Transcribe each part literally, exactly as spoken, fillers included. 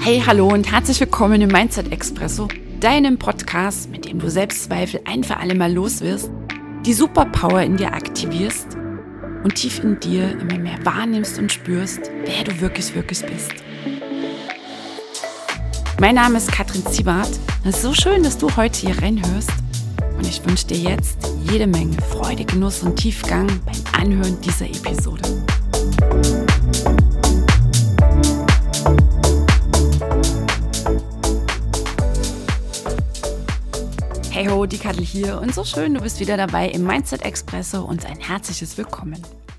Hey, hallo und herzlich willkommen im Mindset Expresso, deinem Podcast, mit dem du Selbstzweifel ein für alle Mal los wirst, die Superpower in dir aktivierst und tief in dir immer mehr wahrnimmst und spürst, wer du wirklich, wirklich bist. Mein Name ist Katrin Ziebart. Es ist so schön, dass du heute hier reinhörst und ich wünsche dir jetzt jede Menge Freude, Genuss und Tiefgang beim Anhören dieser Episode. Hey ho, die Kattel hier und so schön, du bist wieder dabei im Mindset Expresso und ein herzliches Willkommen.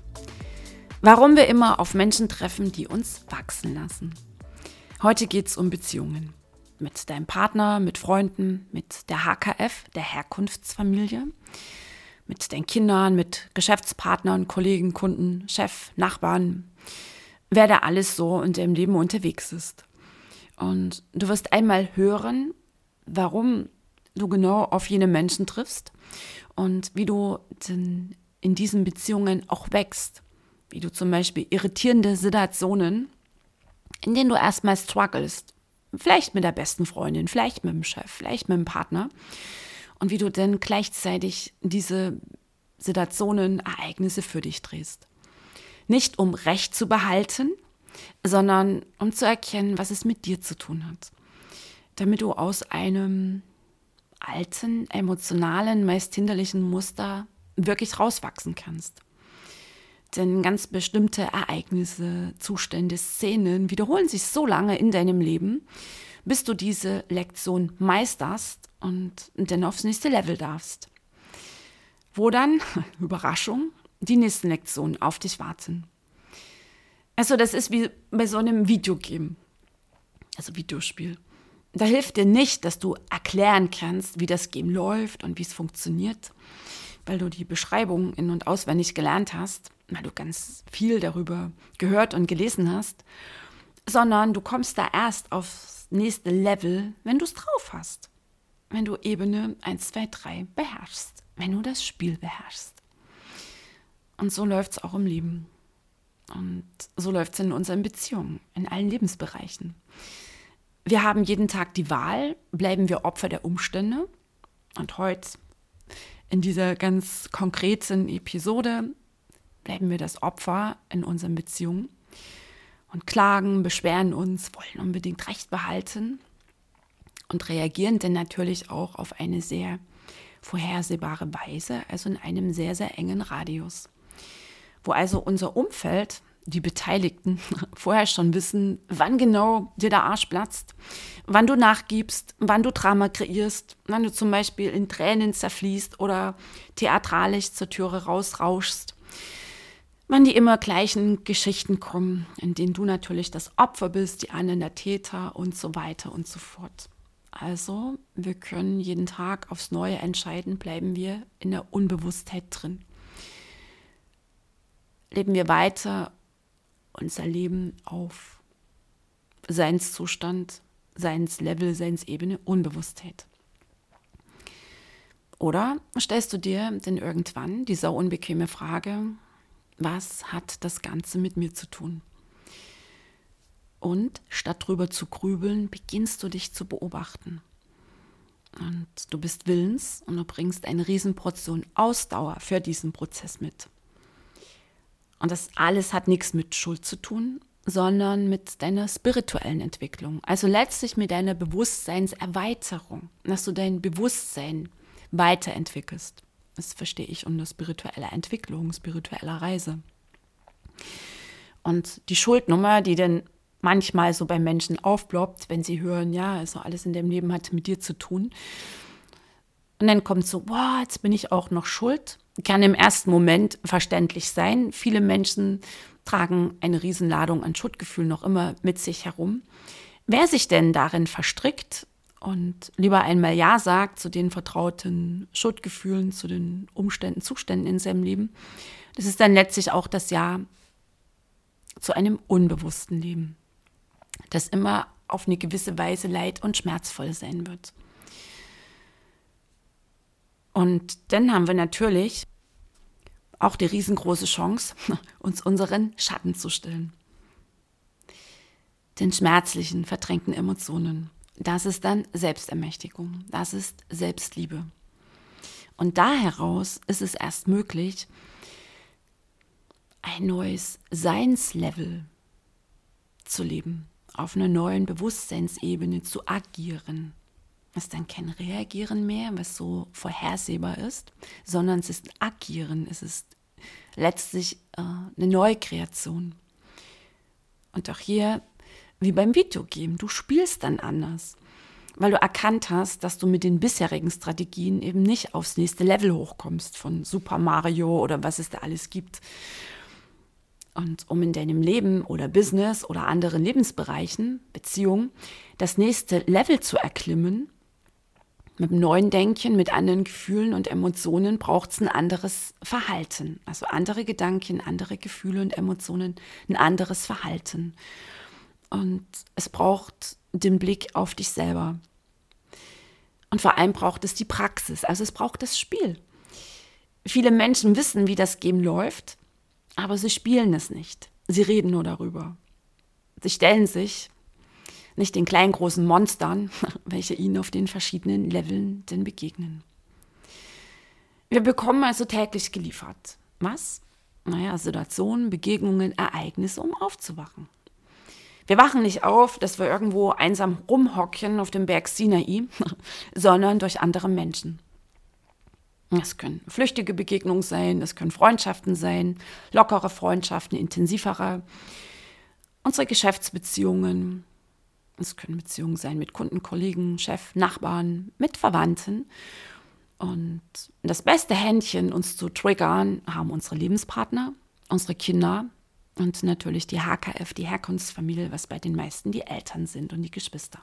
Warum wir immer auf Menschen treffen, die uns wachsen lassen. Heute geht es um Beziehungen. Mit deinem Partner, mit Freunden, mit der H K F, der Herkunftsfamilie, mit deinen Kindern, mit Geschäftspartnern, Kollegen, Kunden, Chef, Nachbarn, wer da alles so in deinem Leben unterwegs ist. Und du wirst einmal hören, warum du genau auf jene Menschen triffst und wie du denn in diesen Beziehungen auch wächst. Wie du zum Beispiel irritierende Situationen, in denen du erstmal strugglest, vielleicht mit der besten Freundin, vielleicht mit dem Chef, vielleicht mit dem Partner, und wie du dann gleichzeitig diese Situationen, Ereignisse für dich drehst. Nicht um Recht zu behalten, sondern um zu erkennen, was es mit dir zu tun hat. Damit du aus einem alten, emotionalen, meist hinderlichen Muster wirklich rauswachsen kannst. Denn ganz bestimmte Ereignisse, Zustände, Szenen wiederholen sich so lange in deinem Leben, bis du diese Lektion meisterst und dann aufs nächste Level darfst. Wo dann, Überraschung, die nächsten Lektionen auf dich warten. Also das ist wie bei so einem Videogame, also Videospiel. Da hilft dir nicht, dass du erklären kannst, wie das Game läuft und wie es funktioniert, weil du die Beschreibung in- und auswendig gelernt hast, weil du ganz viel darüber gehört und gelesen hast, sondern du kommst da erst aufs nächste Level, wenn du es drauf hast, wenn du Ebene eins, zwei, drei beherrschst, wenn du das Spiel beherrschst. Und so läuft es auch im Leben. Und so läuft es in unseren Beziehungen, in allen Lebensbereichen. Wir haben jeden Tag die Wahl, bleiben wir Opfer der Umstände? Und heute, in dieser ganz konkreten Episode, bleiben wir das Opfer in unseren Beziehungen und klagen, beschweren uns, wollen unbedingt Recht behalten und reagieren dann natürlich auch auf eine sehr vorhersehbare Weise, also in einem sehr, sehr engen Radius. Wo also unser Umfeld, die Beteiligten, vorher schon wissen, wann genau dir der Arsch platzt, wann du nachgibst, wann du Drama kreierst, wann du zum Beispiel in Tränen zerfließt oder theatralisch zur Türe rausrauschst, wann die immer gleichen Geschichten kommen, in denen du natürlich das Opfer bist, die anderen der Täter und so weiter und so fort. Also, wir können jeden Tag aufs Neue entscheiden, bleiben wir in der Unbewusstheit drin. Leben wir weiter unser Leben auf Seinszustand, Seinslevel, Seinsebene, Unbewusstheit. Oder stellst du dir denn irgendwann die sau unbequeme Frage, was hat das Ganze mit mir zu tun? Und statt drüber zu grübeln, beginnst du dich zu beobachten. Und du bist willens und du bringst eine Riesenportion Ausdauer für diesen Prozess mit. Und das alles hat nichts mit Schuld zu tun, sondern mit deiner spirituellen Entwicklung. Also letztlich mit deiner Bewusstseinserweiterung, dass du dein Bewusstsein weiterentwickelst. Das verstehe ich unter spiritueller Entwicklung, spiritueller Reise. Und die Schuldnummer, die dann manchmal so bei Menschen aufploppt, wenn sie hören, ja, also alles in dem Leben hat mit dir zu tun. Und dann kommt so, boah, jetzt bin ich auch noch schuld. Kann im ersten Moment verständlich sein. Viele Menschen tragen eine Riesenladung an Schuldgefühl noch immer mit sich herum. Wer sich denn darin verstrickt und lieber einmal Ja sagt zu den vertrauten Schuldgefühlen, zu den Umständen, Zuständen in seinem Leben, das ist dann letztlich auch das Ja zu einem unbewussten Leben, das immer auf eine gewisse Weise leid- und schmerzvoll sein wird. Und dann haben wir natürlich auch die riesengroße Chance, uns unseren Schatten zu stellen. den schmerzlichen, verdrängten Emotionen. Das ist dann Selbstermächtigung, das ist Selbstliebe. Und da heraus ist es erst möglich, ein neues Seinslevel zu leben, auf einer neuen Bewusstseinsebene zu agieren. Es ist dann kein Reagieren mehr, was so vorhersehbar ist, sondern es ist ein Agieren, es ist letztlich äh, eine Neukreation. Und auch hier, wie beim Videogame, du spielst dann anders, weil du erkannt hast, dass du mit den bisherigen Strategien eben nicht aufs nächste Level hochkommst von Super Mario oder was es da alles gibt. Und um in deinem Leben oder Business oder anderen Lebensbereichen, Beziehungen, das nächste Level zu erklimmen, mit einem neuen Denken, mit anderen Gefühlen und Emotionen braucht es ein anderes Verhalten. Also andere Gedanken, andere Gefühle und Emotionen, ein anderes Verhalten. Und es braucht den Blick auf dich selber. Und vor allem braucht es die Praxis, also es braucht das Spiel. Viele Menschen wissen, wie das Game läuft, aber sie spielen es nicht. Sie reden nur darüber. Sie stellen sich nicht den kleinen, großen Monstern, welche ihnen auf den verschiedenen Leveln denn begegnen. Wir bekommen also täglich geliefert. Was? Naja, Situationen, Begegnungen, Ereignisse, um aufzuwachen. Wir wachen nicht auf, dass wir irgendwo einsam rumhocken auf dem Berg Sinai, sondern durch andere Menschen. Das können flüchtige Begegnungen sein, das können Freundschaften sein, lockere Freundschaften, intensivere, unsere Geschäftsbeziehungen. Es können Beziehungen sein mit Kunden, Kollegen, Chef, Nachbarn, mit Verwandten. Und das beste Händchen, uns zu triggern, haben unsere Lebenspartner, unsere Kinder und natürlich die H K F, die Herkunftsfamilie, was bei den meisten die Eltern sind und die Geschwister.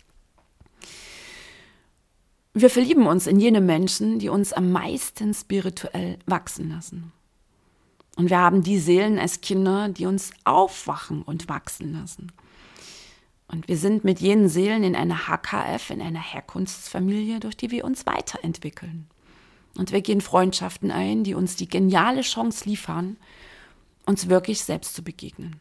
Wir verlieben uns in jene Menschen, die uns am meisten spirituell wachsen lassen. Und wir haben die Seelen als Kinder, die uns aufwachen und wachsen lassen. Und wir sind mit jenen Seelen in einer H K F, in einer Herkunftsfamilie, durch die wir uns weiterentwickeln. Und wir gehen Freundschaften ein, die uns die geniale Chance liefern, uns wirklich selbst zu begegnen.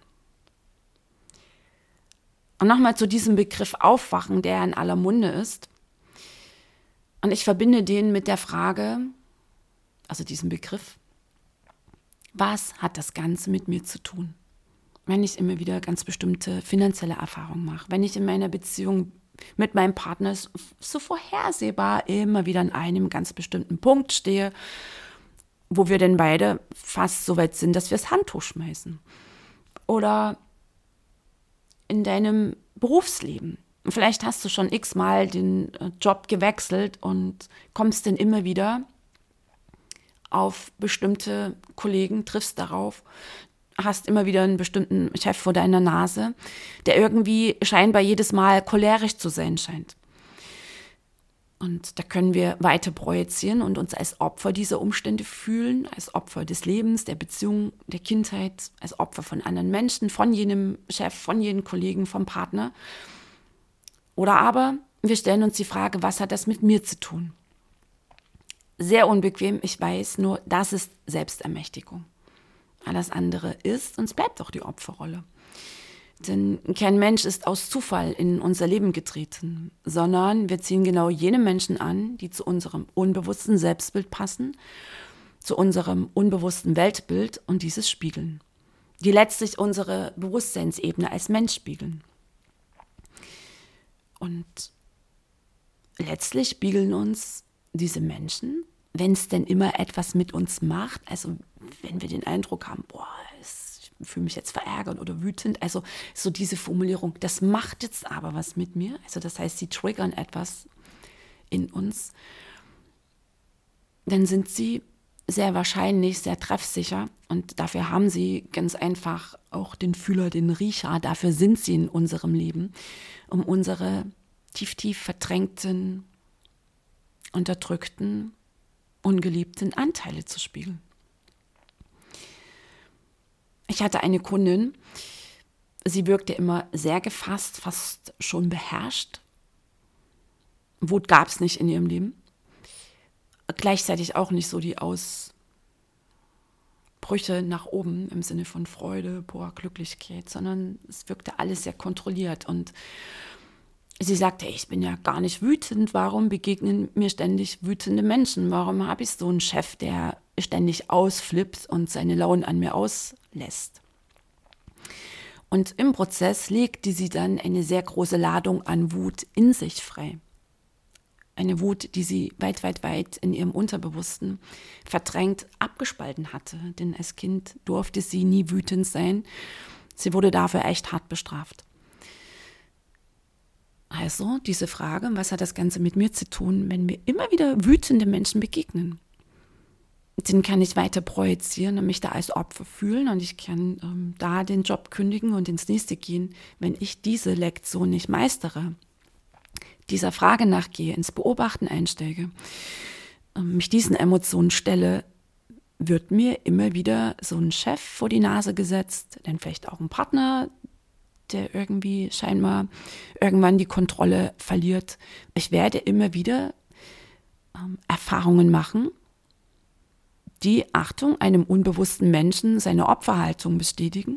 Und nochmal zu diesem Begriff Aufwachen, der in aller Munde ist. Und ich verbinde den mit der Frage, also diesem Begriff, was hat das Ganze mit mir zu tun? Wenn ich immer wieder ganz bestimmte finanzielle Erfahrungen mache, wenn ich in meiner Beziehung mit meinem Partner so vorhersehbar immer wieder an einem ganz bestimmten Punkt stehe, wo wir denn beide fast so weit sind, dass wir das Handtuch schmeißen. Oder in deinem Berufsleben. Vielleicht hast du schon x-mal den Job gewechselt und kommst dann immer wieder auf bestimmte Kollegen, triffst darauf, hast immer wieder einen bestimmten Chef vor deiner Nase, der irgendwie scheinbar jedes Mal cholerisch zu sein scheint. Und da können wir weiter projizieren und uns als Opfer dieser Umstände fühlen, als Opfer des Lebens, der Beziehung, der Kindheit, als Opfer von anderen Menschen, von jenem Chef, von jenem Kollegen, vom Partner. Oder aber wir stellen uns die Frage, was hat das mit mir zu tun? Sehr unbequem, ich weiß, nur das ist Selbstermächtigung. Alles andere ist und es bleibt auch die Opferrolle. Denn kein Mensch ist aus Zufall in unser Leben getreten, sondern wir ziehen genau jene Menschen an, die zu unserem unbewussten Selbstbild passen, zu unserem unbewussten Weltbild und dieses spiegeln, die letztlich unsere Bewusstseinsebene als Mensch spiegeln. Und letztlich spiegeln uns diese Menschen, wenn es denn immer etwas mit uns macht, also wenn wir den Eindruck haben, boah, ich fühle mich jetzt verärgert oder wütend, also so diese Formulierung, das macht jetzt aber was mit mir, also das heißt, sie triggern etwas in uns, dann sind sie sehr wahrscheinlich sehr treffsicher und dafür haben sie ganz einfach auch den Fühler, den Riecher, dafür sind sie in unserem Leben, um unsere tief, tief verdrängten, unterdrückten, ungeliebten Anteile zu spiegeln. Ich hatte eine Kundin, sie wirkte immer sehr gefasst, fast schon beherrscht. Wut gab es nicht in ihrem Leben. Gleichzeitig auch nicht so die Brüche nach oben im Sinne von Freude, boah, Glücklichkeit, sondern es wirkte alles sehr kontrolliert. Und sie sagte, ich bin ja gar nicht wütend, warum begegnen mir ständig wütende Menschen? Warum habe ich so einen Chef, der ständig ausflippt und seine Launen an mir auslässt? Und im Prozess legte sie dann eine sehr große Ladung an Wut in sich frei. Eine Wut, die sie weit, weit, weit in ihrem Unterbewussten verdrängt abgespalten hatte. Denn als Kind durfte sie nie wütend sein. Sie wurde dafür echt hart bestraft. Also diese Frage, was hat das Ganze mit mir zu tun, wenn mir immer wieder wütende Menschen begegnen? Den kann ich weiter projizieren und mich da als Opfer fühlen und ich kann ähm, da den Job kündigen und ins nächste gehen, wenn ich diese Lektion nicht meistere, dieser Frage nachgehe, ins Beobachten einsteige, ähm, mich diesen Emotionen stelle, wird mir immer wieder so ein Chef vor die Nase gesetzt, dann vielleicht auch ein Partner, der irgendwie scheinbar irgendwann die Kontrolle verliert. Ich werde immer wieder ähm, Erfahrungen machen, die, Achtung, einem unbewussten Menschen seine Opferhaltung bestätigen,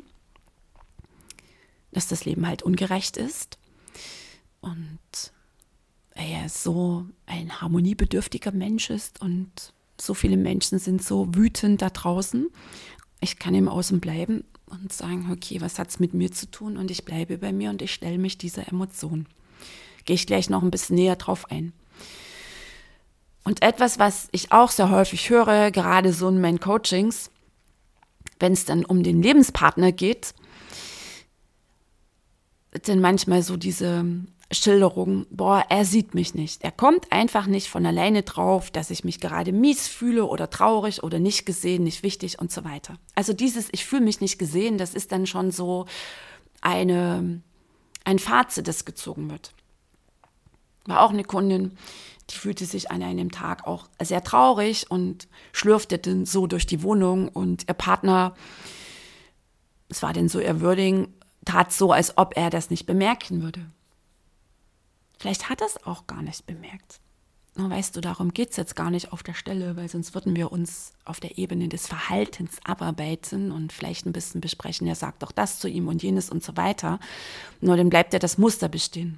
dass das Leben halt ungerecht ist und er so ein harmoniebedürftiger Mensch ist und so viele Menschen sind so wütend da draußen. Ich kann im Außen bleiben und sagen, okay, was hat es mit mir zu tun? Und ich bleibe bei mir und ich stelle mich dieser Emotion. Gehe ich gleich noch ein bisschen näher drauf ein. Und etwas, was ich auch sehr häufig höre, gerade so in meinen Coachings, wenn es dann um den Lebenspartner geht, sind manchmal so diese Schilderungen, boah, er sieht mich nicht. Er kommt einfach nicht von alleine drauf, dass ich mich gerade mies fühle oder traurig oder nicht gesehen, nicht wichtig und so weiter. Also dieses, ich fühle mich nicht gesehen, das ist dann schon so eine, ein Fazit, das gezogen wird. War auch eine Kundin, die fühlte sich an einem Tag auch sehr traurig und schlürfte dann so durch die Wohnung und ihr Partner, es war denn so ihr Wording, tat so, als ob er das nicht bemerken würde. Vielleicht hat er es auch gar nicht bemerkt. Und weißt du, darum geht es jetzt gar nicht auf der Stelle, weil sonst würden wir uns auf der Ebene des Verhaltens abarbeiten und vielleicht ein bisschen besprechen, er sagt doch das zu ihm und jenes und so weiter. Nur dann bleibt ja das Muster bestehen.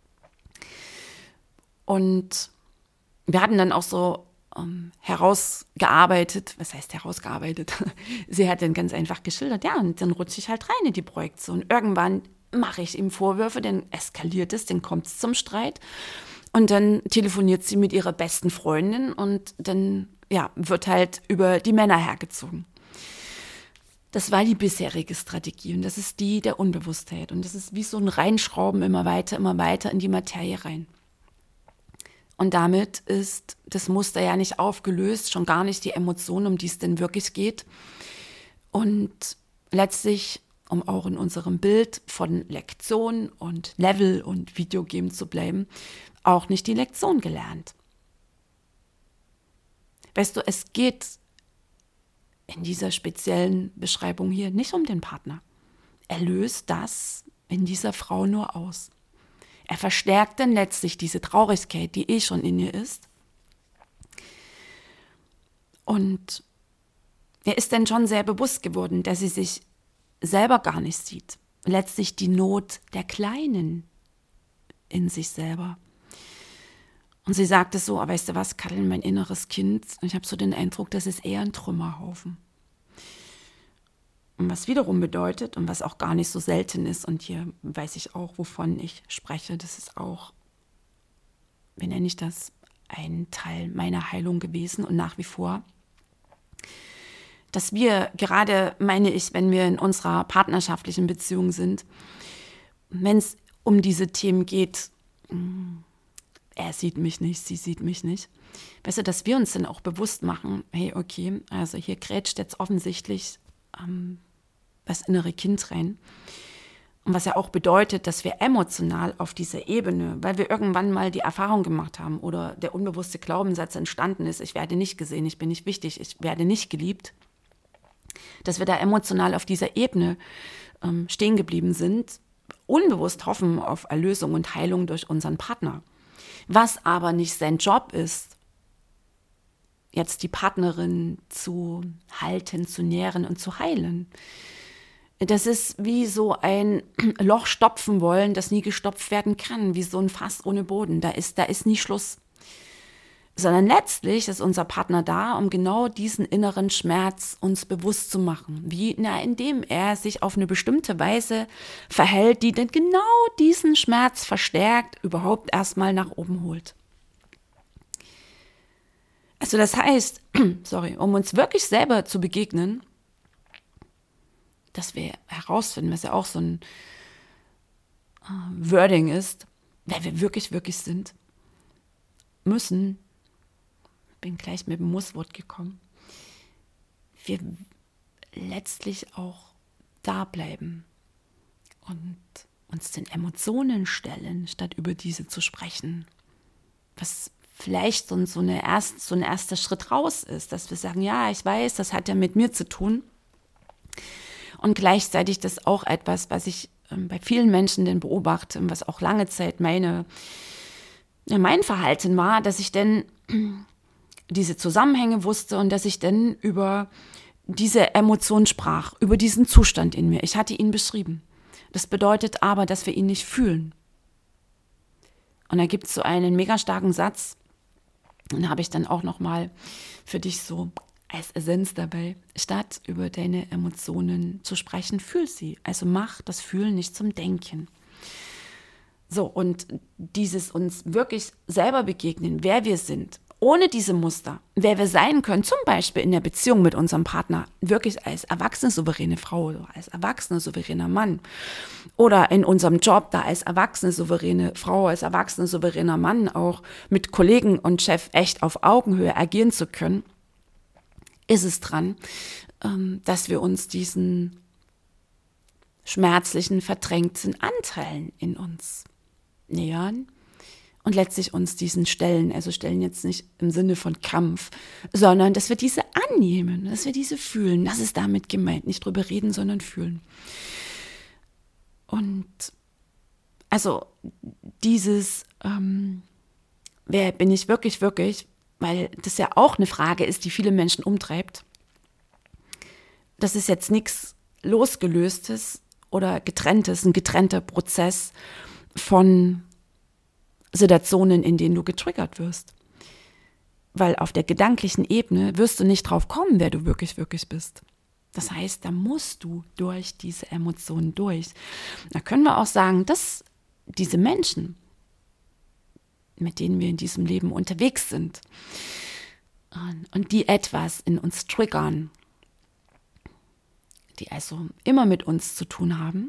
Und wir hatten dann auch so ähm, herausgearbeitet, was heißt herausgearbeitet? Sie hat dann ganz einfach geschildert, ja, und dann rutsche ich halt rein in die Projektion. Irgendwann mache ich ihm Vorwürfe, dann eskaliert es, dann kommt es zum Streit. Und dann telefoniert sie mit ihrer besten Freundin und dann ja, wird halt über die Männer hergezogen. Das war die bisherige Strategie und das ist die der Unbewusstheit. Und das ist wie so ein Reinschrauben immer weiter, immer weiter in die Materie rein. Und damit ist das Muster ja nicht aufgelöst, schon gar nicht die Emotion, um die es denn wirklich geht. Und letztlich, um auch in unserem Bild von Lektion und Level und Videogame zu bleiben, auch nicht die Lektion gelernt. Weißt du, es geht in dieser speziellen Beschreibung hier nicht um den Partner. Er löst das in dieser Frau nur aus. Er verstärkt dann letztlich diese Traurigkeit, die eh schon in ihr ist. Und er ist dann schon sehr bewusst geworden, dass sie sich selber gar nicht sieht. Letztlich die Not der Kleinen in sich selber. Und sie sagte so, aber weißt du was, Kattel, mein inneres Kind, und ich habe so den Eindruck, das ist eher ein Trümmerhaufen. Und was wiederum bedeutet und was auch gar nicht so selten ist, und hier weiß ich auch, wovon ich spreche, das ist auch, wie nenne ich das, ein Teil meiner Heilung gewesen und nach wie vor, dass wir gerade, meine ich, wenn wir in unserer partnerschaftlichen Beziehung sind, wenn es um diese Themen geht, er sieht mich nicht, sie sieht mich nicht, weißt du, dass wir uns dann auch bewusst machen, hey, okay, also hier grätscht jetzt offensichtlich ähm, das innere Kind rein. Und was ja auch bedeutet, dass wir emotional auf dieser Ebene, weil wir irgendwann mal die Erfahrung gemacht haben oder der unbewusste Glaubenssatz entstanden ist, ich werde nicht gesehen, ich bin nicht wichtig, ich werde nicht geliebt, dass wir da emotional auf dieser Ebene ähm, stehen geblieben sind, unbewusst hoffen auf Erlösung und Heilung durch unseren Partner. Was aber nicht sein Job ist, jetzt die Partnerin zu halten, zu nähren und zu heilen. Das ist wie so ein Loch stopfen wollen, das nie gestopft werden kann, wie so ein Fass ohne Boden. Da ist, da ist nie Schluss. Sondern letztlich ist unser Partner da, um genau diesen inneren Schmerz uns bewusst zu machen. Wie, na, indem er sich auf eine bestimmte Weise verhält, die dann genau diesen Schmerz verstärkt, überhaupt erstmal nach oben holt. Also das heißt, sorry, um uns wirklich selber zu begegnen, dass wir herausfinden, was ja auch so ein äh, Wording ist, wer wir wirklich, wirklich sind, müssen, bin gleich mit dem Musswort gekommen, wir letztlich auch da bleiben und uns den Emotionen stellen, statt über diese zu sprechen. Was vielleicht so, so, eine erst, so ein erster Schritt raus ist, dass wir sagen, ja, ich weiß, das hat ja mit mir zu tun. Und gleichzeitig das auch etwas, was ich ähm, bei vielen Menschen denn beobachte, was auch lange Zeit meine, ja, mein Verhalten war, dass ich dann diese Zusammenhänge wusste und dass ich dann über diese Emotion sprach, über diesen Zustand in mir. Ich hatte ihn beschrieben. Das bedeutet aber, dass wir ihn nicht fühlen. Und da gibt es so einen mega starken Satz, den habe ich dann auch nochmal für dich so als Essenz dabei. Statt über deine Emotionen zu sprechen, fühl sie. Also mach das Fühlen nicht zum Denken. So, und dieses uns wirklich selber begegnen, wer wir sind, ohne diese Muster, wer wir sein können, zum Beispiel in der Beziehung mit unserem Partner, wirklich als erwachsene, souveräne Frau oder als erwachsene, souveräner Mann oder in unserem Job da als erwachsene, souveräne Frau, als erwachsene, souveräner Mann auch mit Kollegen und Chef echt auf Augenhöhe agieren zu können, ist es dran, dass wir uns diesen schmerzlichen, verdrängten Anteilen in uns nähern und letztlich uns diesen stellen, also stellen jetzt nicht im Sinne von Kampf, sondern dass wir diese annehmen, dass wir diese fühlen. Das ist damit gemeint, nicht drüber reden, sondern fühlen. Und also dieses, ähm, wer bin ich wirklich, wirklich, weil das ja auch eine Frage ist, die viele Menschen umtreibt. Das ist jetzt nichts Losgelöstes oder Getrenntes, ein getrennter Prozess von Situationen, in denen du getriggert wirst. Weil auf der gedanklichen Ebene wirst du nicht drauf kommen, wer du wirklich, wirklich bist. Das heißt, da musst du durch diese Emotionen durch. Da können wir auch sagen, dass diese Menschen, mit denen wir in diesem Leben unterwegs sind und die etwas in uns triggern, die also immer mit uns zu tun haben,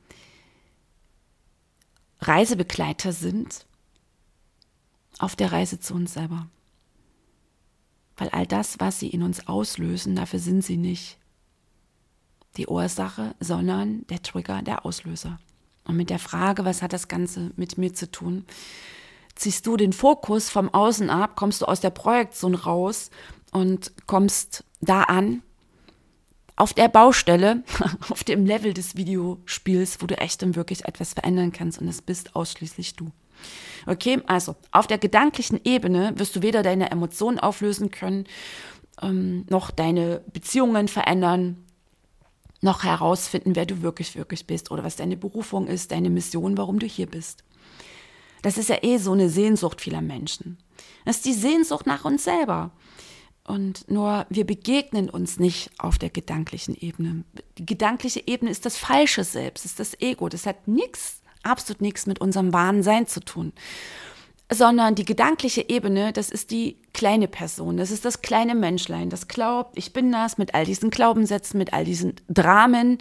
Reisebegleiter sind auf der Reise zu uns selber. Weil all das, was sie in uns auslösen, dafür sind sie nicht die Ursache, sondern der Trigger, der Auslöser. Und mit der Frage, was hat das Ganze mit mir zu tun, ziehst du den Fokus vom Außen ab, kommst du aus der Projektion raus und kommst da an, auf der Baustelle, auf dem Level des Videospiels, wo du echt und wirklich etwas verändern kannst und das bist ausschließlich du. Okay, also auf der gedanklichen Ebene wirst du weder deine Emotionen auflösen können, ähm, noch deine Beziehungen verändern, noch herausfinden, wer du wirklich, wirklich bist oder was deine Berufung ist, deine Mission, warum du hier bist. Das ist ja eh so eine Sehnsucht vieler Menschen. Das ist die Sehnsucht nach uns selber. Und nur wir begegnen uns nicht auf der gedanklichen Ebene. Die gedankliche Ebene ist das falsche Selbst, ist das Ego. Das hat nichts, absolut nichts mit unserem wahren Sein zu tun. Sondern die gedankliche Ebene, das ist die kleine Person, das ist das kleine Menschlein, das glaubt, ich bin das, mit all diesen Glaubenssätzen, mit all diesen Dramen,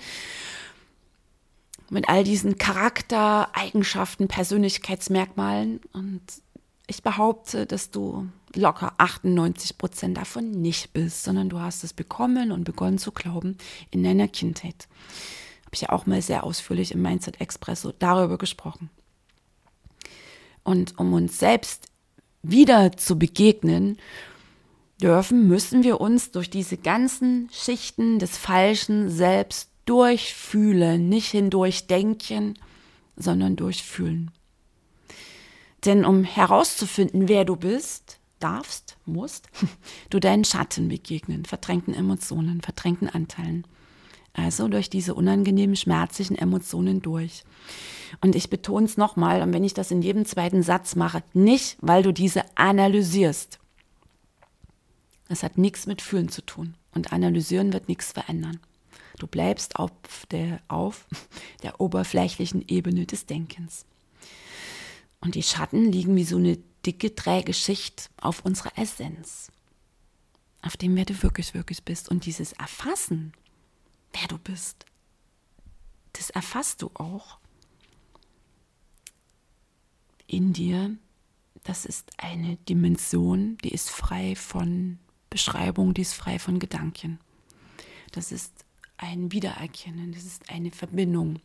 mit all diesen Charaktereigenschaften, Persönlichkeitsmerkmalen. Und ich behaupte, dass du locker achtundneunzig Prozent davon nicht bist, sondern du hast es bekommen und begonnen zu glauben in deiner Kindheit. Habe ich ja auch mal sehr ausführlich im Mindset Expresso darüber gesprochen. Und um uns selbst wieder zu begegnen dürfen, müssen wir uns durch diese ganzen Schichten des falschen Selbst durchfühlen, nicht hindurch denken, sondern durchfühlen. Denn um herauszufinden, wer du bist, darfst, musst du deinen Schatten begegnen, verdrängten Emotionen, verdrängten Anteilen. Also durch diese unangenehmen, schmerzlichen Emotionen durch. Und ich betone es nochmal, und wenn ich das in jedem zweiten Satz mache, nicht, weil du diese analysierst. Das hat nichts mit Fühlen zu tun. Und analysieren wird nichts verändern. Du bleibst auf der, auf der oberflächlichen Ebene des Denkens. Und die Schatten liegen wie so eine dicke, träge Schicht auf unserer Essenz, auf dem, wer du wirklich, wirklich bist. Und dieses Erfassen, wer du bist, das erfasst du auch in dir. Das ist eine Dimension, die ist frei von Beschreibung, die ist frei von Gedanken. Das ist ein Wiedererkennen, das ist eine Verbindung,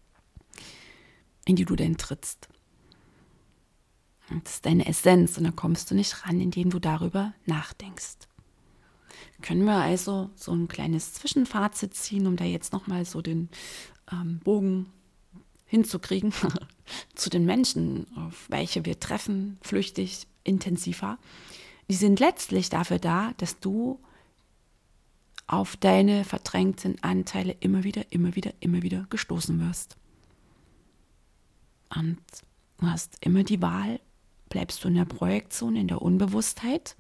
in die du denn trittst. Und das ist deine Essenz und da kommst du nicht ran, indem du darüber nachdenkst. Können wir also so ein kleines Zwischenfazit ziehen, um da jetzt nochmal so den ähm, Bogen hinzukriegen zu den Menschen, auf welche wir treffen, flüchtig, intensiver. Die sind letztlich dafür da, dass du auf deine verdrängten Anteile immer wieder, immer wieder, immer wieder gestoßen wirst. Und du hast immer die Wahl, bleibst du in der Projektion, in der Unbewusstheit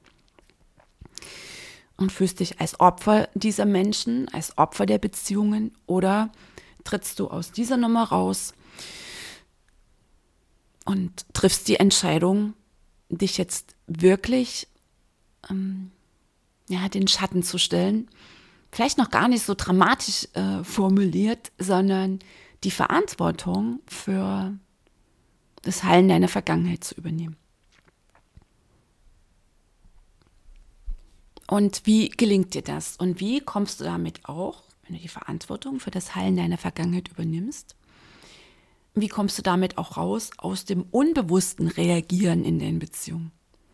und fühlst dich als Opfer dieser Menschen, als Opfer der Beziehungen, oder trittst du aus dieser Nummer raus und triffst die Entscheidung, dich jetzt wirklich ähm, ja, den Schatten zu stellen. Vielleicht noch gar nicht so dramatisch äh, formuliert, sondern die Verantwortung für das Heilen deiner Vergangenheit zu übernehmen. Und wie gelingt dir das? Und wie kommst du damit auch, wenn du die Verantwortung für das Heilen deiner Vergangenheit übernimmst, wie kommst du damit auch raus aus dem unbewussten Reagieren in den Beziehungen?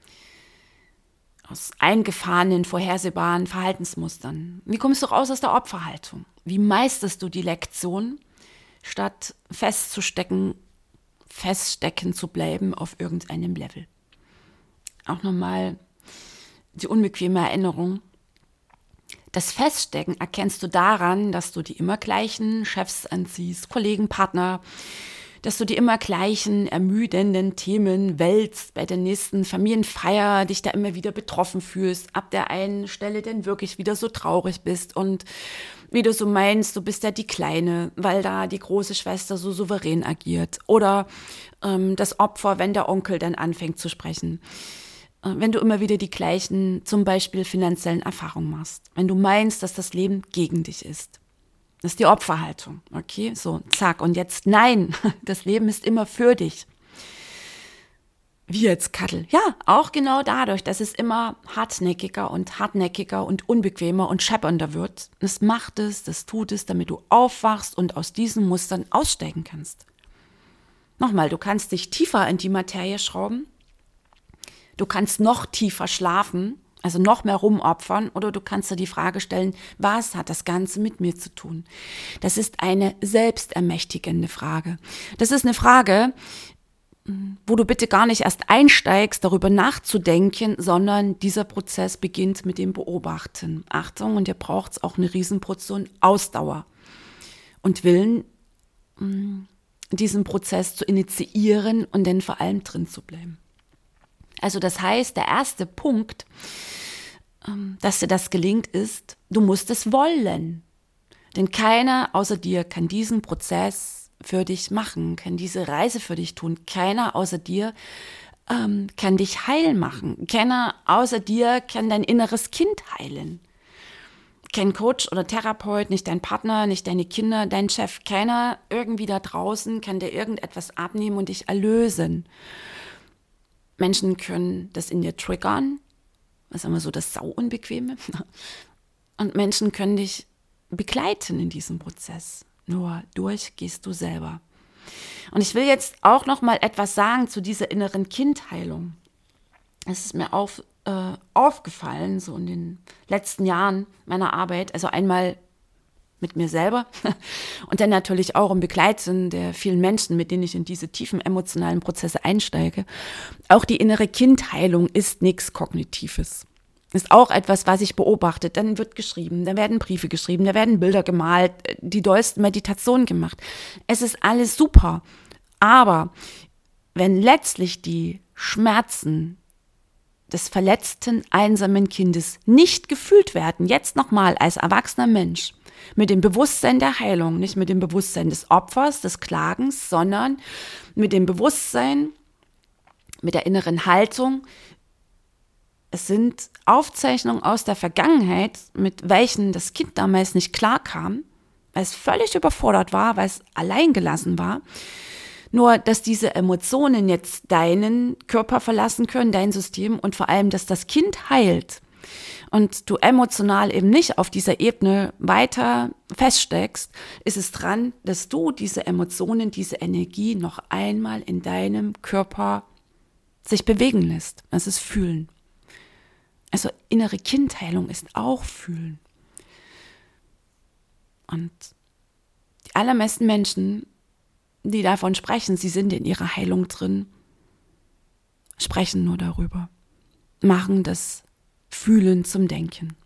Aus eingefahrenen, vorhersehbaren Verhaltensmustern. Wie kommst du raus aus der Opferhaltung? Wie meisterst du die Lektion, statt festzustecken, feststecken zu bleiben auf irgendeinem Level? Auch nochmal die unbequeme Erinnerung. Das Feststecken erkennst du daran, dass du die immer gleichen Chefs anziehst, Kollegen, Partner, dass du die immer gleichen ermüdenden Themen wälzt bei der nächsten Familienfeier, dich da immer wieder betroffen fühlst, ab der einen Stelle denn wirklich wieder so traurig bist und wie du so meinst, du bist ja die Kleine, weil da die große Schwester so souverän agiert, oder ähm, das Opfer, wenn der Onkel dann anfängt zu sprechen. Äh, wenn du immer wieder die gleichen, zum Beispiel finanziellen Erfahrungen machst, wenn du meinst, dass das Leben gegen dich ist. Das ist die Opferhaltung, okay? So, zack. Und jetzt, nein, das Leben ist immer für dich. Wie jetzt, Kattel? Ja, auch genau dadurch, dass es immer hartnäckiger und hartnäckiger und unbequemer und scheppernder wird. Das macht es, das tut es, damit du aufwachst und aus diesen Mustern aussteigen kannst. Nochmal, du kannst dich tiefer in die Materie schrauben. Du kannst noch tiefer schlafen, also noch mehr rumopfern, oder du kannst dir die Frage stellen, was hat das Ganze mit mir zu tun? Das ist eine selbstermächtigende Frage. Das ist eine Frage, wo du bitte gar nicht erst einsteigst, darüber nachzudenken, sondern dieser Prozess beginnt mit dem Beobachten. Achtung, und hier braucht es auch eine Riesenportion Ausdauer und Willen, diesen Prozess zu initiieren und dann vor allem drin zu bleiben. Also das heißt, der erste Punkt, dass dir das gelingt, ist, du musst es wollen. Denn keiner außer dir kann diesen Prozess für dich machen, kann diese Reise für dich tun. Keiner außer dir ähm, kann dich heil machen. Keiner außer dir kann dein inneres Kind heilen. Kein Coach oder Therapeut, nicht dein Partner, nicht deine Kinder, dein Chef. Keiner irgendwie da draußen kann dir irgendetwas abnehmen und dich erlösen. Menschen können das in dir triggern, das ist immer so das Sauunbequeme. Und Menschen können dich begleiten in diesem Prozess. Nur durch gehst du selber. Und ich will jetzt auch noch mal etwas sagen zu dieser inneren Kindheilung. Es ist mir auf, äh, aufgefallen, so in den letzten Jahren meiner Arbeit. Also einmal mit mir selber und dann natürlich auch im Begleiten der vielen Menschen, mit denen ich in diese tiefen emotionalen Prozesse einsteige. Auch die innere Kindheilung ist nichts Kognitives. Ist auch etwas, was ich beobachte. Dann wird geschrieben, da werden Briefe geschrieben, da werden Bilder gemalt, die dollsten Meditationen gemacht. Es ist alles super. Aber wenn letztlich die Schmerzen des verletzten, einsamen Kindes nicht gefühlt werden, jetzt nochmal als erwachsener Mensch, mit dem Bewusstsein der Heilung, nicht mit dem Bewusstsein des Opfers, des Klagens, sondern mit dem Bewusstsein, mit der inneren Haltung. Es sind Aufzeichnungen aus der Vergangenheit, mit welchen das Kind damals nicht klarkam, weil es völlig überfordert war, weil es alleingelassen war. Nur, dass diese Emotionen jetzt deinen Körper verlassen können, dein System und vor allem, dass das Kind heilt und du emotional eben nicht auf dieser Ebene weiter feststeckst, ist es dran, dass du diese Emotionen, diese Energie noch einmal in deinem Körper sich bewegen lässt. Das ist Fühlen. Also innere Kindheilung ist auch Fühlen. Und die allermeisten Menschen, die davon sprechen, sie sind in ihrer Heilung drin, sprechen nur darüber, machen das Fühlen zum Denken.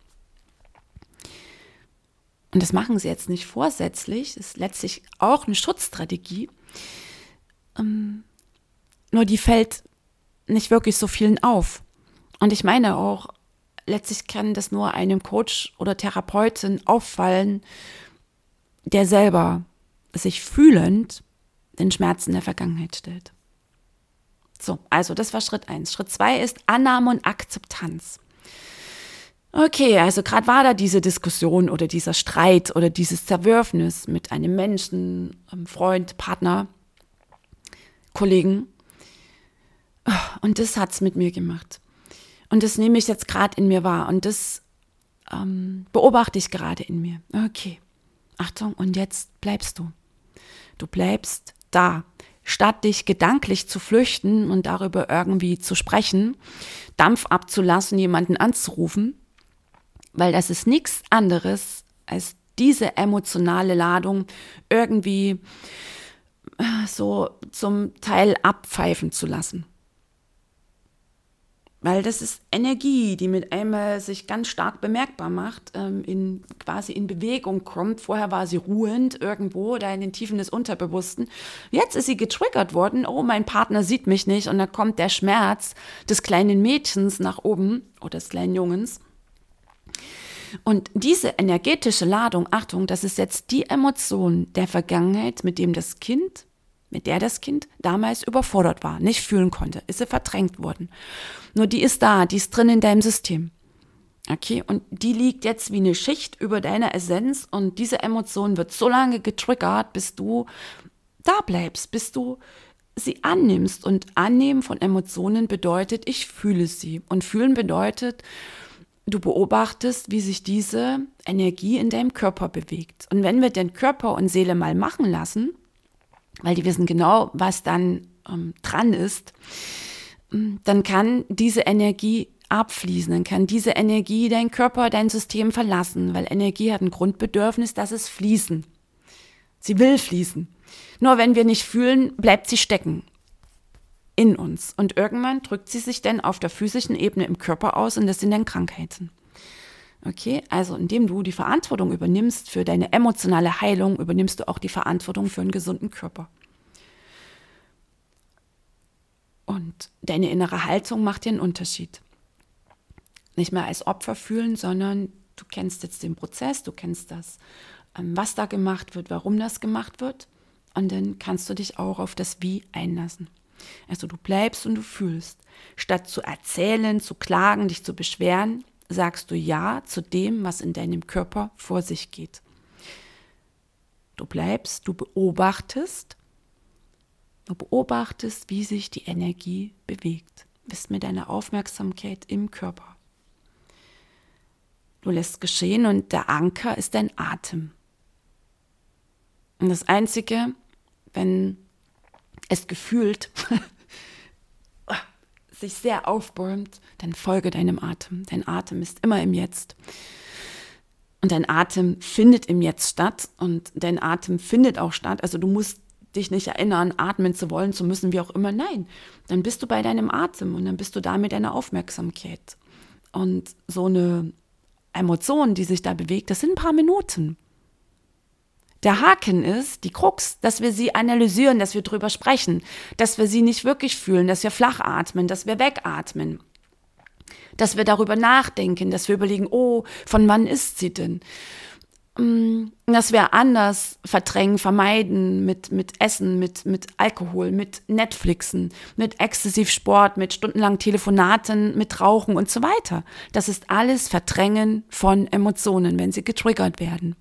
Und das machen sie jetzt nicht vorsätzlich, das ist letztlich auch eine Schutzstrategie, ähm, nur die fällt nicht wirklich so vielen auf. Und ich meine auch, letztlich kann das nur einem Coach oder Therapeuten auffallen, der selber sich fühlend den Schmerzen der Vergangenheit stellt. So, also das war Schritt eins. Schritt zwei ist Annahme und Akzeptanz. Okay, also gerade war da diese Diskussion oder dieser Streit oder dieses Zerwürfnis mit einem Menschen, einem Freund, Partner, Kollegen. Und das hat es mit mir gemacht. Und das nehme ich jetzt gerade in mir wahr und das ähm, beobachte ich gerade in mir. Okay, Achtung, und jetzt bleibst du. Du bleibst da. Statt dich gedanklich zu flüchten und darüber irgendwie zu sprechen, Dampf abzulassen, jemanden anzurufen, weil das ist nichts anderes, als diese emotionale Ladung irgendwie so zum Teil abpfeifen zu lassen. Weil das ist Energie, die mit einmal sich ganz stark bemerkbar macht, ähm, in, quasi in Bewegung kommt. Vorher war sie ruhend irgendwo, da in den Tiefen des Unterbewussten. Jetzt ist sie getriggert worden, oh, mein Partner sieht mich nicht. Und dann kommt der Schmerz des kleinen Mädchens nach oben oder des kleinen Jungens. Und diese energetische Ladung, Achtung, das ist jetzt die Emotion der Vergangenheit, mit dem das Kind, mit der das Kind damals überfordert war, nicht fühlen konnte, ist sie verdrängt worden. Nur die ist da, die ist drin in deinem System. Okay, und die liegt jetzt wie eine Schicht über deiner Essenz und diese Emotion wird so lange getriggert, bis du da bleibst, bis du sie annimmst. Und Annehmen von Emotionen bedeutet, ich fühle sie. Und fühlen bedeutet, du beobachtest, wie sich diese Energie in deinem Körper bewegt. Und wenn wir den Körper und Seele mal machen lassen, weil die wissen genau, was dann ähm, dran ist, dann kann diese Energie abfließen, dann kann diese Energie dein Körper, dein System verlassen, weil Energie hat ein Grundbedürfnis, dass es fließen. Sie will fließen. Nur wenn wir nicht fühlen, bleibt sie stecken in uns. Und irgendwann drückt sie sich dann auf der physischen Ebene im Körper aus und das sind dann Krankheiten. Okay, also indem du die Verantwortung übernimmst für deine emotionale Heilung, übernimmst du auch die Verantwortung für einen gesunden Körper. Und deine innere Haltung macht dir einen Unterschied. Nicht mehr als Opfer fühlen, sondern du kennst jetzt den Prozess, du kennst das, was da gemacht wird, warum das gemacht wird. Und dann kannst du dich auch auf das Wie einlassen. Also du bleibst und du fühlst. Statt zu erzählen, zu klagen, dich zu beschweren, sagst du Ja zu dem, was in deinem Körper vor sich geht. Du bleibst, du beobachtest, du beobachtest, wie sich die Energie bewegt. Bist mit deiner Aufmerksamkeit im Körper. Du lässt geschehen und der Anker ist dein Atem. Und das Einzige, wenn es gefühlt sich sehr aufbäumt, dann folge deinem Atem. Dein Atem ist immer im Jetzt. Und dein Atem findet im Jetzt statt und dein Atem findet auch statt. Also du musst dich nicht erinnern, atmen zu wollen, zu müssen, wie auch immer. Nein, dann bist du bei deinem Atem und dann bist du da mit deiner Aufmerksamkeit. Und so eine Emotion, die sich da bewegt, das sind ein paar Minuten. Der Haken ist, die Krux, dass wir sie analysieren, dass wir drüber sprechen, dass wir sie nicht wirklich fühlen, dass wir flach atmen, dass wir wegatmen, dass wir darüber nachdenken, dass wir überlegen, oh, von wann ist sie denn? Dass wir anders verdrängen, vermeiden mit, mit Essen, mit, mit Alkohol, mit Netflixen, mit Exzessivsport, mit stundenlangen Telefonaten, mit Rauchen und so weiter. Das ist alles Verdrängen von Emotionen, wenn sie getriggert werden.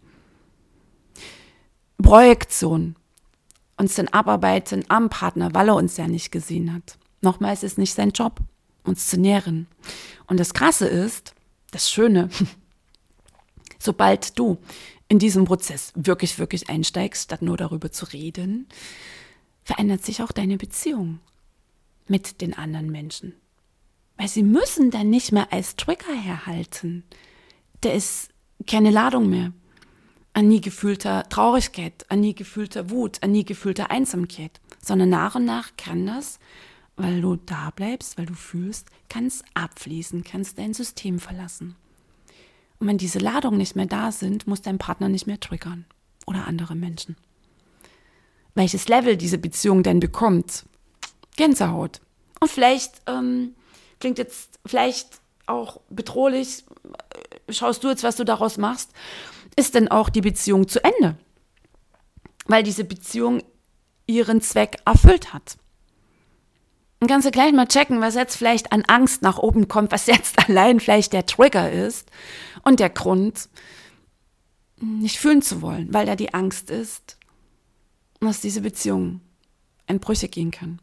Projektion, uns dann abarbeiten am Partner, weil er uns ja nicht gesehen hat. Nochmal, es ist nicht sein Job, uns zu nähren. Und das Krasse ist, das Schöne, sobald du in diesem Prozess wirklich, wirklich einsteigst, statt nur darüber zu reden, verändert sich auch deine Beziehung mit den anderen Menschen. Weil sie müssen dann nicht mehr als Trigger herhalten. Da ist keine Ladung mehr an nie gefühlter Traurigkeit, an nie gefühlter Wut, an nie gefühlter Einsamkeit, sondern nach und nach kann das, weil du da bleibst, weil du fühlst, kann es abfließen, kannst dein System verlassen. Und wenn diese Ladungen nicht mehr da sind, muss dein Partner nicht mehr triggern oder andere Menschen. Welches Level diese Beziehung denn bekommt? Gänsehaut. Und vielleicht ähm, klingt jetzt vielleicht auch bedrohlich, schaust du jetzt, was du daraus machst, ist denn auch die Beziehung zu Ende, weil diese Beziehung ihren Zweck erfüllt hat. Und kannst du gleich mal checken, was jetzt vielleicht an Angst nach oben kommt, was jetzt allein vielleicht der Trigger ist und der Grund, nicht fühlen zu wollen, weil da die Angst ist, dass diese Beziehung in Brüche gehen kann.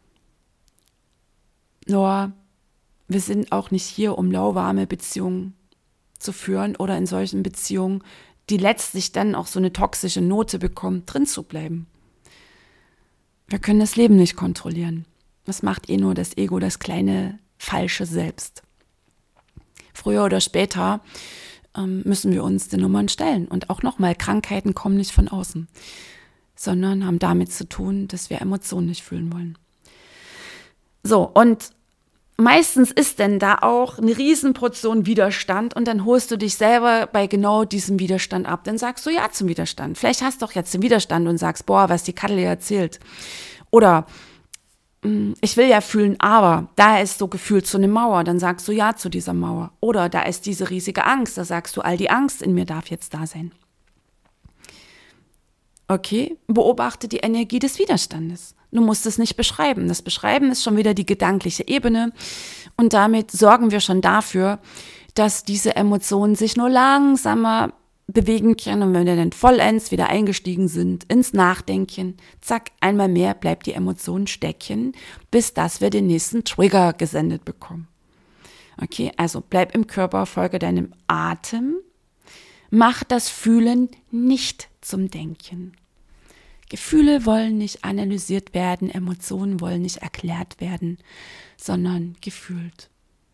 Nur, wir sind auch nicht hier, um lauwarme Beziehungen zu führen oder in solchen Beziehungen, die letztlich dann auch so eine toxische Note bekommen, drin zu bleiben. Wir können das Leben nicht kontrollieren. Das macht eh nur das Ego, das kleine falsche Selbst. Früher oder später ähm, müssen wir uns den Nummern stellen. Und auch nochmal, Krankheiten kommen nicht von außen, sondern haben damit zu tun, dass wir Emotionen nicht fühlen wollen. So, und meistens ist denn da auch eine Riesenportion Widerstand und dann holst du dich selber bei genau diesem Widerstand ab. Dann sagst du ja zum Widerstand. Vielleicht hast du auch jetzt den Widerstand und sagst, boah, was die Kattel hier erzählt. Oder ich will ja fühlen, aber da ist so gefühlt so eine Mauer, dann sagst du ja zu dieser Mauer. Oder da ist diese riesige Angst, da sagst du, all die Angst in mir darf jetzt da sein. Okay, beobachte die Energie des Widerstandes. Du musst es nicht beschreiben. Das Beschreiben ist schon wieder die gedankliche Ebene und damit sorgen wir schon dafür, dass diese Emotionen sich nur langsamer bewegen können und wenn wir dann vollends wieder eingestiegen sind ins Nachdenken, zack, einmal mehr bleibt die Emotion stecken, bis dass wir den nächsten Trigger gesendet bekommen. Okay, also bleib im Körper, folge deinem Atem, mach das Fühlen nicht zum Denken. Gefühle wollen nicht analysiert werden, Emotionen wollen nicht erklärt werden, sondern gefühlt.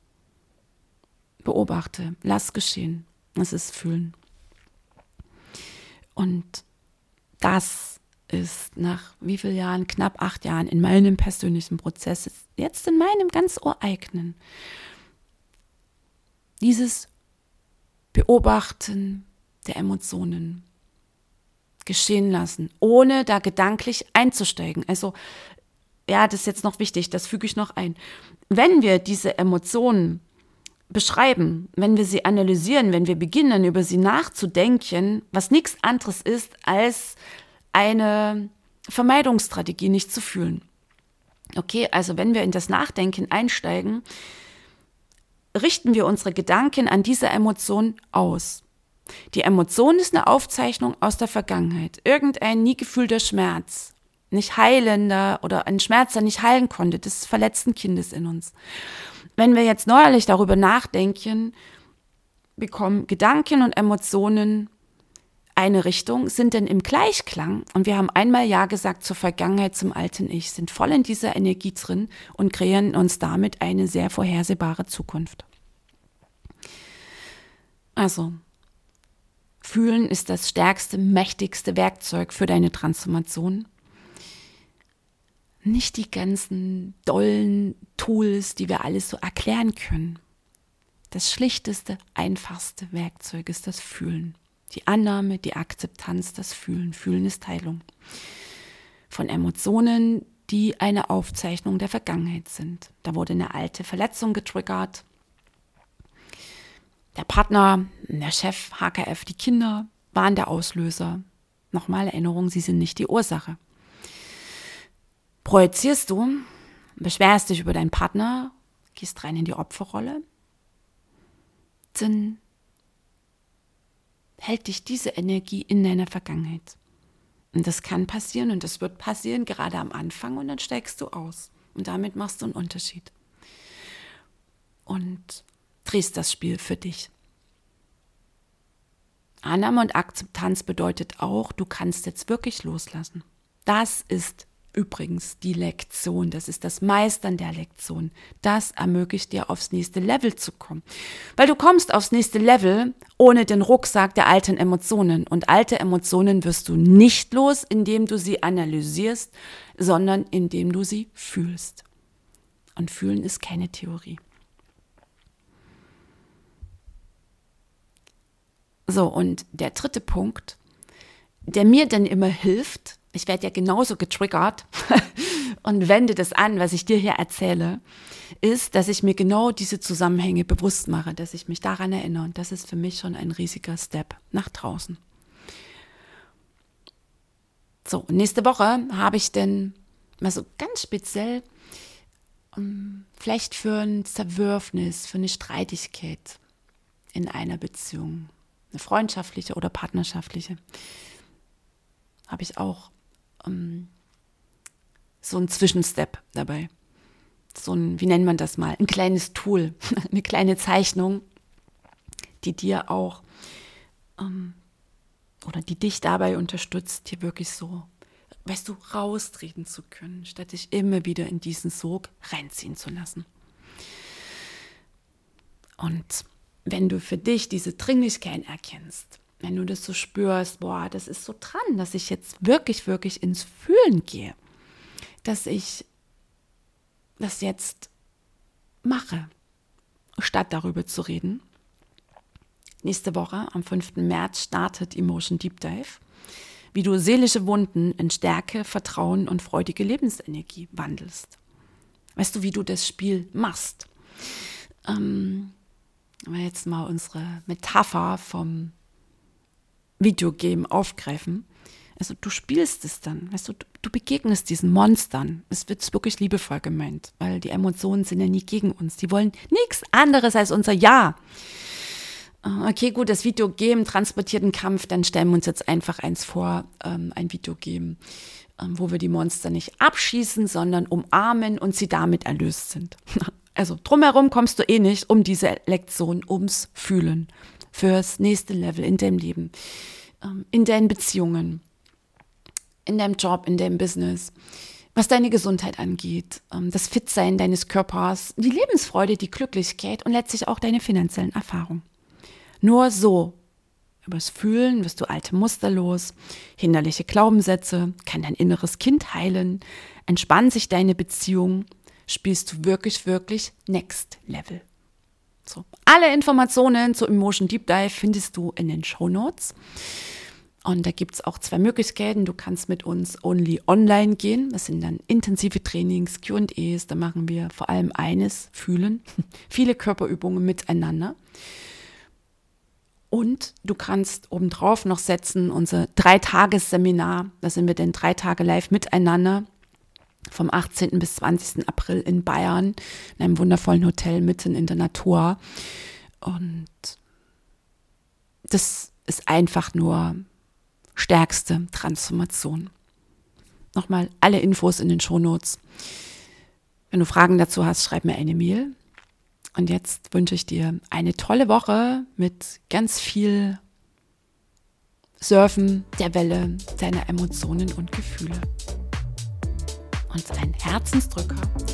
Beobachte, lass geschehen, es ist Fühlen. Und das ist nach wie vielen Jahren, knapp acht Jahren in meinem persönlichen Prozess, jetzt in meinem ganz ureigenen, dieses Beobachten der Emotionen geschehen lassen, ohne da gedanklich einzusteigen. Also, ja, das ist jetzt noch wichtig, das füge ich noch ein. Wenn wir diese Emotionen beschreiben, wenn wir sie analysieren, wenn wir beginnen, über sie nachzudenken, was nichts anderes ist, als eine Vermeidungsstrategie, nicht zu fühlen. Okay, also wenn wir in das Nachdenken einsteigen, richten wir unsere Gedanken an diese Emotion aus. Die Emotion ist eine Aufzeichnung aus der Vergangenheit. Irgendein nie gefühlter Schmerz, nicht heilender oder ein Schmerz, der nicht heilen konnte, des verletzten Kindes in uns. Wenn wir jetzt neuerlich darüber nachdenken, bekommen Gedanken und Emotionen eine Richtung, sind denn im Gleichklang, und wir haben einmal Ja gesagt zur Vergangenheit, zum alten Ich, sind voll in dieser Energie drin und kreieren uns damit eine sehr vorhersehbare Zukunft. Also, Fühlen ist das stärkste, mächtigste Werkzeug für deine Transformation. Nicht die ganzen dollen Tools, die wir alles so erklären können. Das schlichteste, einfachste Werkzeug ist das Fühlen. Die Annahme, die Akzeptanz, das Fühlen. Fühlen ist Heilung. Von Emotionen, die eine Aufzeichnung der Vergangenheit sind. Da wurde eine alte Verletzung getriggert. Der Partner, der Chef, H K F, die Kinder waren der Auslöser. Nochmal Erinnerung, sie sind nicht die Ursache. Projizierst du, beschwerst dich über deinen Partner, gehst rein in die Opferrolle, dann hält dich diese Energie in deiner Vergangenheit. Und das kann passieren und das wird passieren, gerade am Anfang, und dann steigst du aus. Und damit machst du einen Unterschied. Und drehst das Spiel für dich. Annahme und Akzeptanz bedeutet auch, du kannst jetzt wirklich loslassen. Das ist übrigens die Lektion, das ist das Meistern der Lektion. Das ermöglicht dir, aufs nächste Level zu kommen. Weil du kommst aufs nächste Level ohne den Rucksack der alten Emotionen. Und alte Emotionen wirst du nicht los, indem du sie analysierst, sondern indem du sie fühlst. Und fühlen ist keine Theorie. So, und der dritte Punkt, der mir dann immer hilft, ich werde ja genauso getriggert und wende das an, was ich dir hier erzähle, ist, dass ich mir genau diese Zusammenhänge bewusst mache, dass ich mich daran erinnere. Und das ist für mich schon ein riesiger Step nach draußen. So, und nächste Woche habe ich dann mal so ganz speziell um, vielleicht für ein Zerwürfnis, für eine Streitigkeit in einer Beziehung, eine freundschaftliche oder partnerschaftliche, habe ich auch um, so einen Zwischenstep dabei. So ein, wie nennt man das mal, ein kleines Tool, eine kleine Zeichnung, die dir auch um, oder die dich dabei unterstützt, hier wirklich so, weißt du, raustreten zu können, statt dich immer wieder in diesen Sog reinziehen zu lassen. Und wenn du für dich diese Dringlichkeit erkennst, wenn du das so spürst, boah, das ist so dran, dass ich jetzt wirklich, wirklich ins Fühlen gehe, dass ich das jetzt mache, statt darüber zu reden. Nächste Woche, am fünften März, startet Emotion Deep Dive, wie du seelische Wunden in Stärke, Vertrauen und freudige Lebensenergie wandelst. Weißt du, wie du das Spiel machst? Ähm, wenn wir jetzt mal unsere Metapher vom Videogame aufgreifen. Also du spielst es dann, weißt du, du begegnest diesen Monstern. Es wird wirklich liebevoll gemeint, weil die Emotionen sind ja nie gegen uns. Die wollen nichts anderes als unser Ja. Okay, gut, das Videogame transportiert einen Kampf, dann stellen wir uns jetzt einfach eins vor, ähm, ein Videogame, ähm, wo wir die Monster nicht abschießen, sondern umarmen und sie damit erlöst sind. Also drumherum kommst du eh nicht um diese Lektion, ums Fühlen, fürs nächste Level in deinem Leben, ähm, in deinen Beziehungen, in deinem Job, in deinem Business, was deine Gesundheit angeht, ähm, das Fitsein deines Körpers, die Lebensfreude, die Glücklichkeit und letztlich auch deine finanziellen Erfahrungen. Nur so, übers Fühlen wirst du alte Muster los, hinderliche Glaubenssätze, kann dein inneres Kind heilen, entspannt sich deine Beziehung, spielst du wirklich, wirklich Next Level. So. Alle Informationen zu Emotion Deep Dive findest du in den Shownotes. Und da gibt es auch zwei Möglichkeiten. Du kannst mit uns only online gehen. Das sind dann intensive Trainings, Q und A's. Da machen wir vor allem eines, fühlen. Viele Körperübungen miteinander. Und du kannst obendrauf noch setzen unser Dreitagesseminar. Da sind wir dann drei Tage live miteinander. Vom achtzehnten bis zwanzigsten April in Bayern, in einem wundervollen Hotel mitten in der Natur. Und das ist einfach nur stärkste Transformation. Nochmal alle Infos in den Shownotes. Wenn du Fragen dazu hast, schreib mir eine Mail. Und jetzt wünsche ich dir eine tolle Woche mit ganz viel Surfen der Welle deiner Emotionen und Gefühle. Und ein Herzensdrücker,